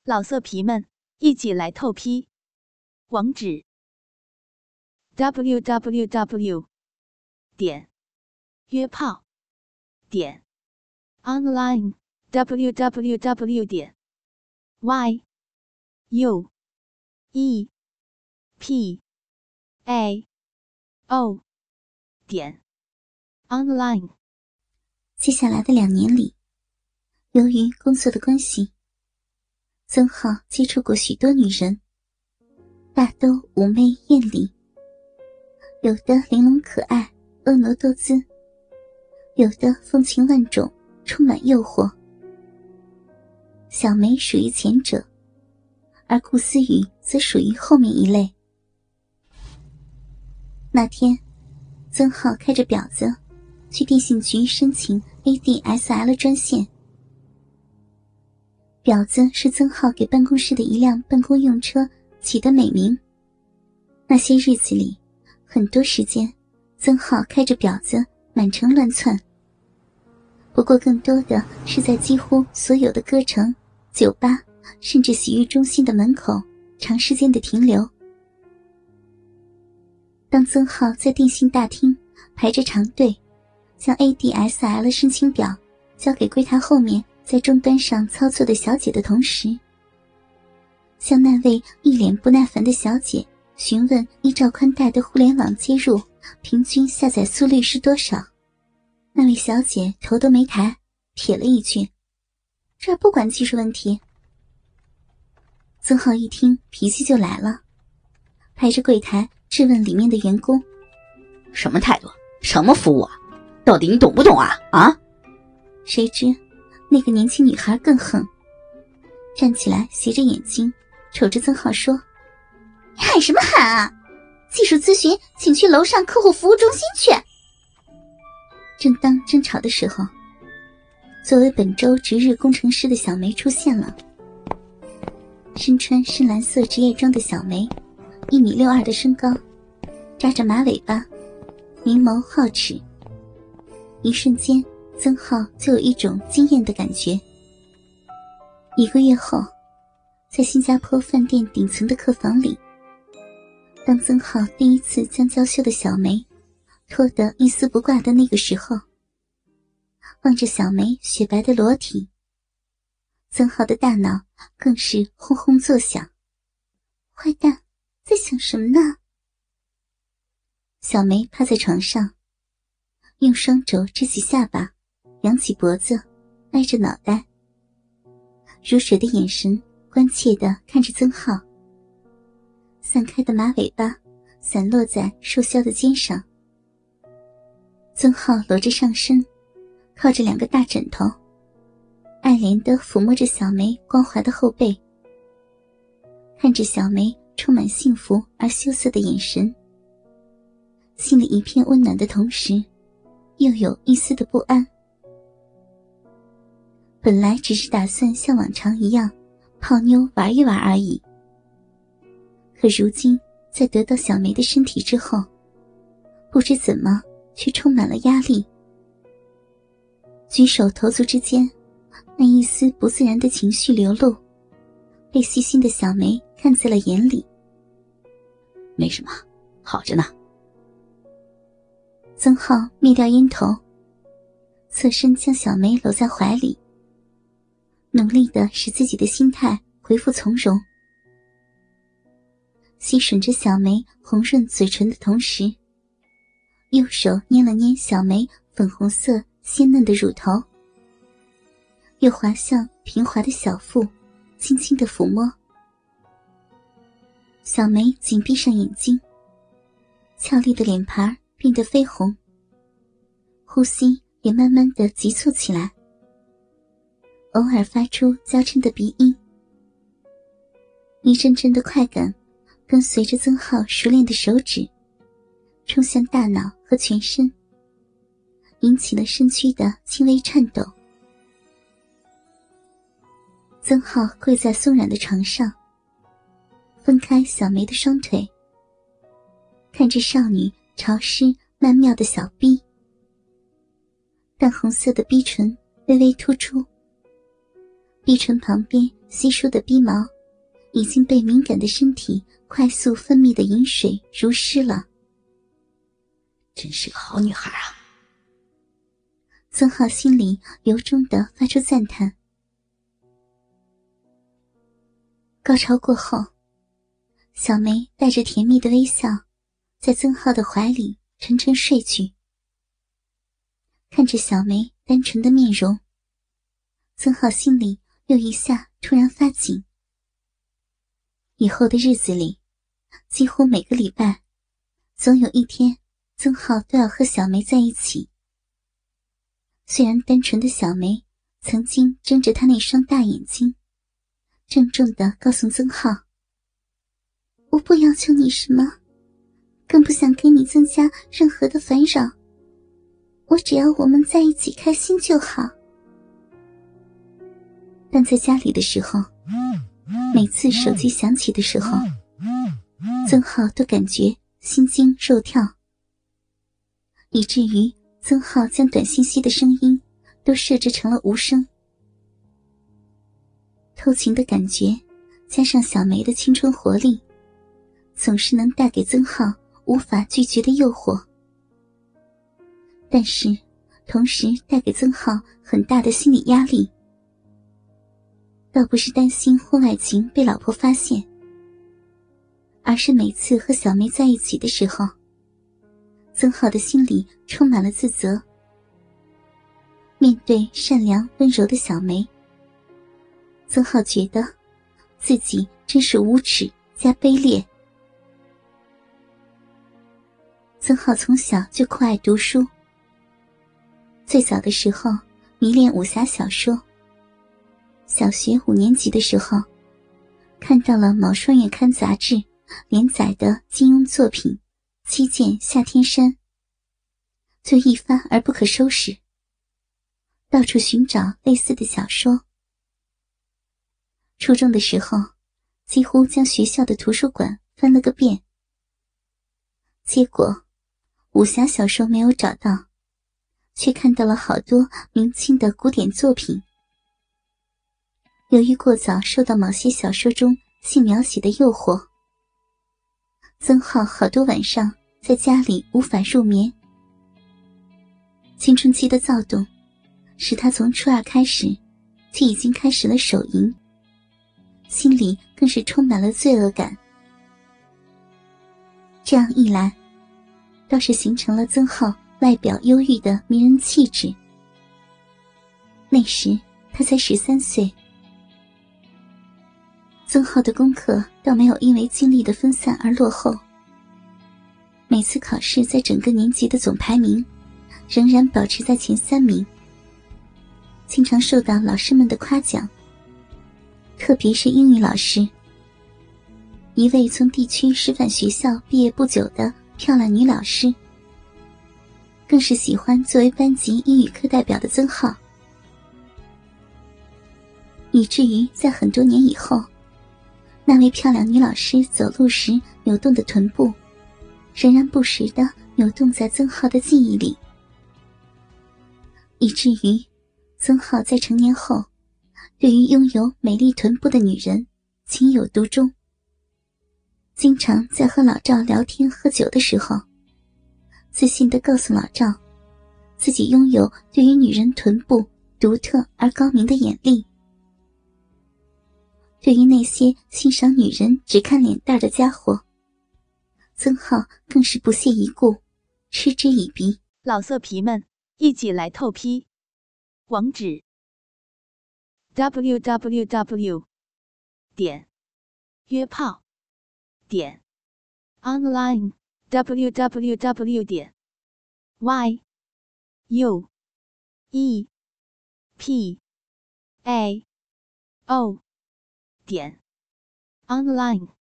老色皮们，一起来透批！网址 www.约炮online www.yuepao.online。 接下来的2年里，由于工作的关系，曾浩接触过许多女人，大都妩媚艳丽，有的玲珑可爱婀娜多姿，有的风情万种充满诱惑。小梅属于前者，而顾思雨则属于后面一类。那天，曾浩开着表子去电信局申请 ADSL 专线。表子是曾浩给办公室的一辆办公用车起的美名。那些日子里，很多时间曾浩开着表子满城乱窜，不过更多的是在几乎所有的歌城、酒吧甚至洗浴中心的门口长时间的停留。当曾浩在电信大厅排着长队将 ADSL 申请表交给柜台后面在终端上操作的小姐的同时，向那位一脸不耐烦的小姐询问依照宽带的互联网接入平均下载速率是多少。那位小姐头都没抬，撇了一句：“这儿不管技术问题。”曾浩一听脾气就来了，拍着柜台质问里面的员工：“ 什么态度？什么服务啊？到底你懂不懂啊？啊？” 谁知那个年轻女孩更横，站起来斜着眼睛瞅着曾浩说：“你喊什么喊啊？技术咨询请去楼上客户服务中心去。”正当争吵的时候，作为本周值日工程师的小梅出现了。身穿深蓝色职业装的小梅，1.62米的身高，扎着马尾巴，明眸皓齿。一瞬间，曾浩就有一种惊艳的感觉。1个月后，在新加坡饭店顶层的客房里，当曾浩第一次将娇羞的小梅脱得一丝不挂的那个时候，望着小梅雪白的裸体，曾浩的大脑更是轰轰作响。坏蛋，在想什么呢？小梅趴在床上，用双肘支起下巴，扬起脖子，歪着脑袋，如水的眼神关切地看着曾浩。散开的马尾巴散落在瘦削的肩上。曾浩搂着上身，靠着2个大枕头，爱怜地抚摸着小梅光滑的后背，看着小梅充满幸福而羞涩的眼神，心里一片温暖的同时，又有一丝的不安。本来只是打算像往常一样泡妞玩一玩而已，可如今在得到小梅的身体之后，不知怎么却充满了压力。举手投足之间，那一丝不自然的情绪流露，被细心的小梅看在了眼里。 没什么，好着呢。 曾浩灭掉烟头，侧身将小梅搂在怀里，努力地使自己的心态恢复从容。吸吮着小梅红润嘴唇的同时，右手捏了捏小梅粉红色鲜嫩的乳头，又滑向平滑的小腹，轻轻地抚摸。小梅紧闭上眼睛，俏丽的脸盘变得绯红，呼吸也慢慢地急促起来，偶尔发出娇嗔的鼻音。一阵阵的快感跟随着曾浩熟练的手指冲向大脑和全身，引起了身躯的轻微颤抖。曾浩跪在松软的床上，分开小梅的双腿，看着少女潮湿曼妙的小臂，淡红色的逼唇微微突出，逼唇旁边稀疏的逼毛已经被敏感的身体快速分泌的饮水濡湿了。 真是个好女孩啊！ 曾浩心里由衷地发出赞叹。高潮过后，小梅带着甜蜜的微笑，在曾浩的怀里沉沉睡去。看着小梅单纯的面容，曾浩心里又一下突然发紧。以后的日子里，几乎每个礼拜，总有一天，曾浩都要和小梅在一起。虽然单纯的小梅曾经睁着她那双大眼睛，郑重地告诉曾浩：“我不要求你什么，更不想给你增加任何的烦扰，我只要我们在一起开心就好。”但在家里的时候，每次手机响起的时候，曾浩都感觉心惊肉跳，以至于曾浩将短信息的声音都设置成了无声。偷情的感觉加上小梅的青春活力，总是能带给曾浩无法拒绝的诱惑，但是同时带给曾浩很大的心理压力。倒不是担心婚外情被老婆发现，而是每次和小梅在一起的时候，曾浩的心里充满了自责。面对善良温柔的小梅，曾浩觉得自己真是无耻加卑劣。曾浩从小就酷爱读书，最早的时候迷恋武侠小说。小学5年级的时候，看到了某双月刊杂志连载的金庸作品《七剑下天山》，就一发而不可收拾，到处寻找类似的小说。初中的时候，几乎将学校的图书馆翻了个遍，结果武侠小说没有找到，却看到了好多明清的古典作品。由于过早受到某些小说中性描写的诱惑，曾浩好多晚上在家里无法入眠。青春期的躁动使他从初2开始就已经开始了手淫，心里更是充满了罪恶感。这样一来，倒是形成了曾浩外表忧郁的迷人气质。那时他才13岁。曾浩的功课倒没有因为精力的分散而落后，每次考试在整个年级的总排名仍然保持在前3名，经常受到老师们的夸奖。特别是英语老师，一位从地区师范学校毕业不久的漂亮女老师，更是喜欢作为班级英语课代表的曾浩，以至于在很多年以后，那位漂亮女老师走路时扭动的臀部仍然不时地扭动在曾浩的记忆里，以至于曾浩在成年后对于拥有美丽臀部的女人情有独钟。经常在和老赵聊天喝酒的时候，自信地告诉老赵自己拥有对于女人臀部独特而高明的眼力。对于那些欣赏女人只看脸蛋的家伙，曾浩更是不屑一顾，嗤之以鼻。 老色皮们，一起来透批！网址 www.约炮.online www.yuepao.online